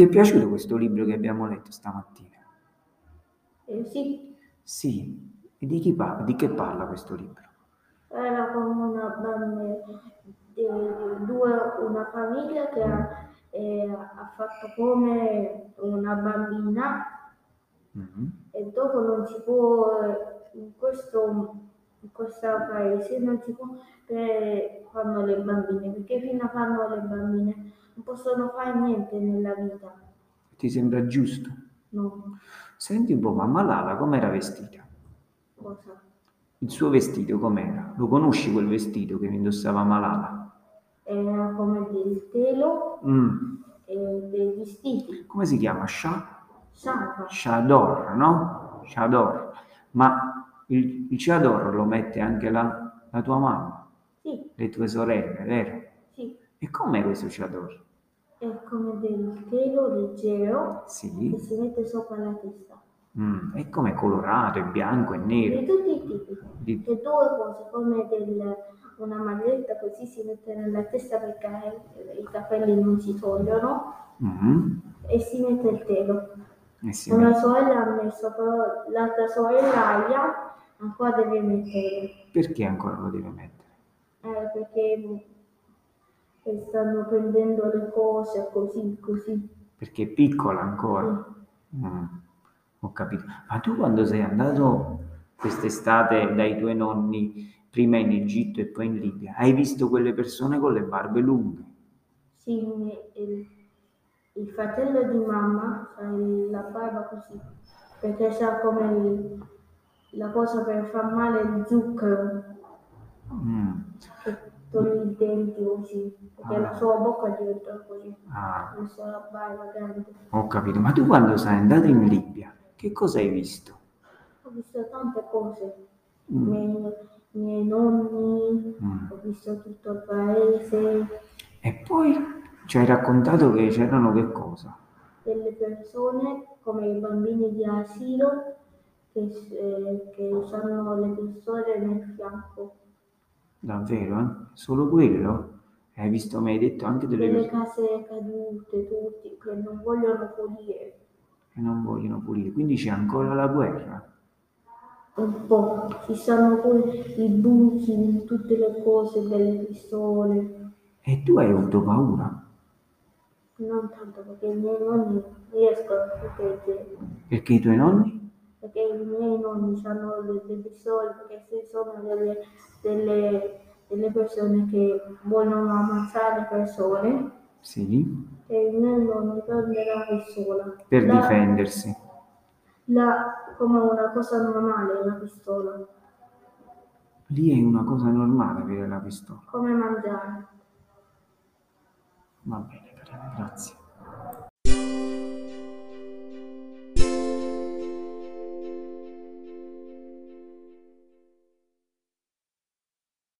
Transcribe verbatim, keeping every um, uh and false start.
Ti è piaciuto questo libro che abbiamo letto stamattina? Eh, sì, Sì. E di chi parla? Di che parla questo libro? era come una bambina, due, una famiglia che ha, eh, ha fatto come una bambina Mhm. e dopo non si può, in questo, in questo paese non si può per fanno le bambine, perché fino a fanno le bambine non possono fare niente nella vita, Ti sembra giusto? no, Senti un po', ma Malala com'era vestita? cosa? Il suo vestito com'era? Lo conosci quel vestito che indossava Malala? Era come del telo Mm. e dei vestiti, Come si chiama? Sha? sciarpa, Chador, no? Chador. Ma il, il Chador lo mette anche la, la tua mamma, sì, le tue sorelle, vero? sì. E com'è questo Chador? È come del telo leggero che Sì. si mette sopra la testa. Mm. E com'è colorato, è bianco, è nero? Di tutti i tipi. Di- C'è due cose, come del, una maglietta così si mette nella testa perché i capelli non si togliono Mhm. e si mette il telo. E si Una mette- sorella ha messo, però l'altra sorella Aya ancora deve mettere, Perché ancora lo deve mettere? eh, perché eh, stanno prendendo le cose così, così. Perché è piccola Sì. ancora. Mm. Ho capito. Ma tu quando sei andato quest'estate dai tuoi nonni, prima in Egitto e poi in Libia, hai visto quelle persone con le barbe lunghe? Sì, il, il fratello di mamma ha la barba così, perché sa come il- la cosa per far male il zucchero, Mm. che toglie i denti così, perché la Ah, sua bocca diventa così, ah, la sua barba grande. ho capito. Ma tu quando sei andato in Libia, che cosa hai visto? Ho visto tante cose, i Mm. miei, i miei nonni, Mm. ho visto tutto il paese, E poi ci hai raccontato che c'erano che cosa? delle persone come i bambini di asilo che, eh, che hanno le pistole nel fianco, Davvero, eh? Solo quello? Hai visto, mi hai detto anche delle delle persone case cadute, tutti che non vogliono pulire. che non vogliono pulire, quindi c'è ancora la guerra. Un po', ci sono pure i buchi in tutte le cose delle pistole, E tu hai avuto paura? non tanto perché i miei nonni riescono a proteggere, Perché i tuoi nonni? perché i miei nonni hanno le, le pistole, perché se sono delle, delle, delle persone che vogliono ammazzare persone, Sì, e i miei nonni prendono la pistola. per La, difendersi. la, come una cosa normale la pistola, Lì è una cosa normale avere la pistola. come mangiare. Va bene, carina, grazie.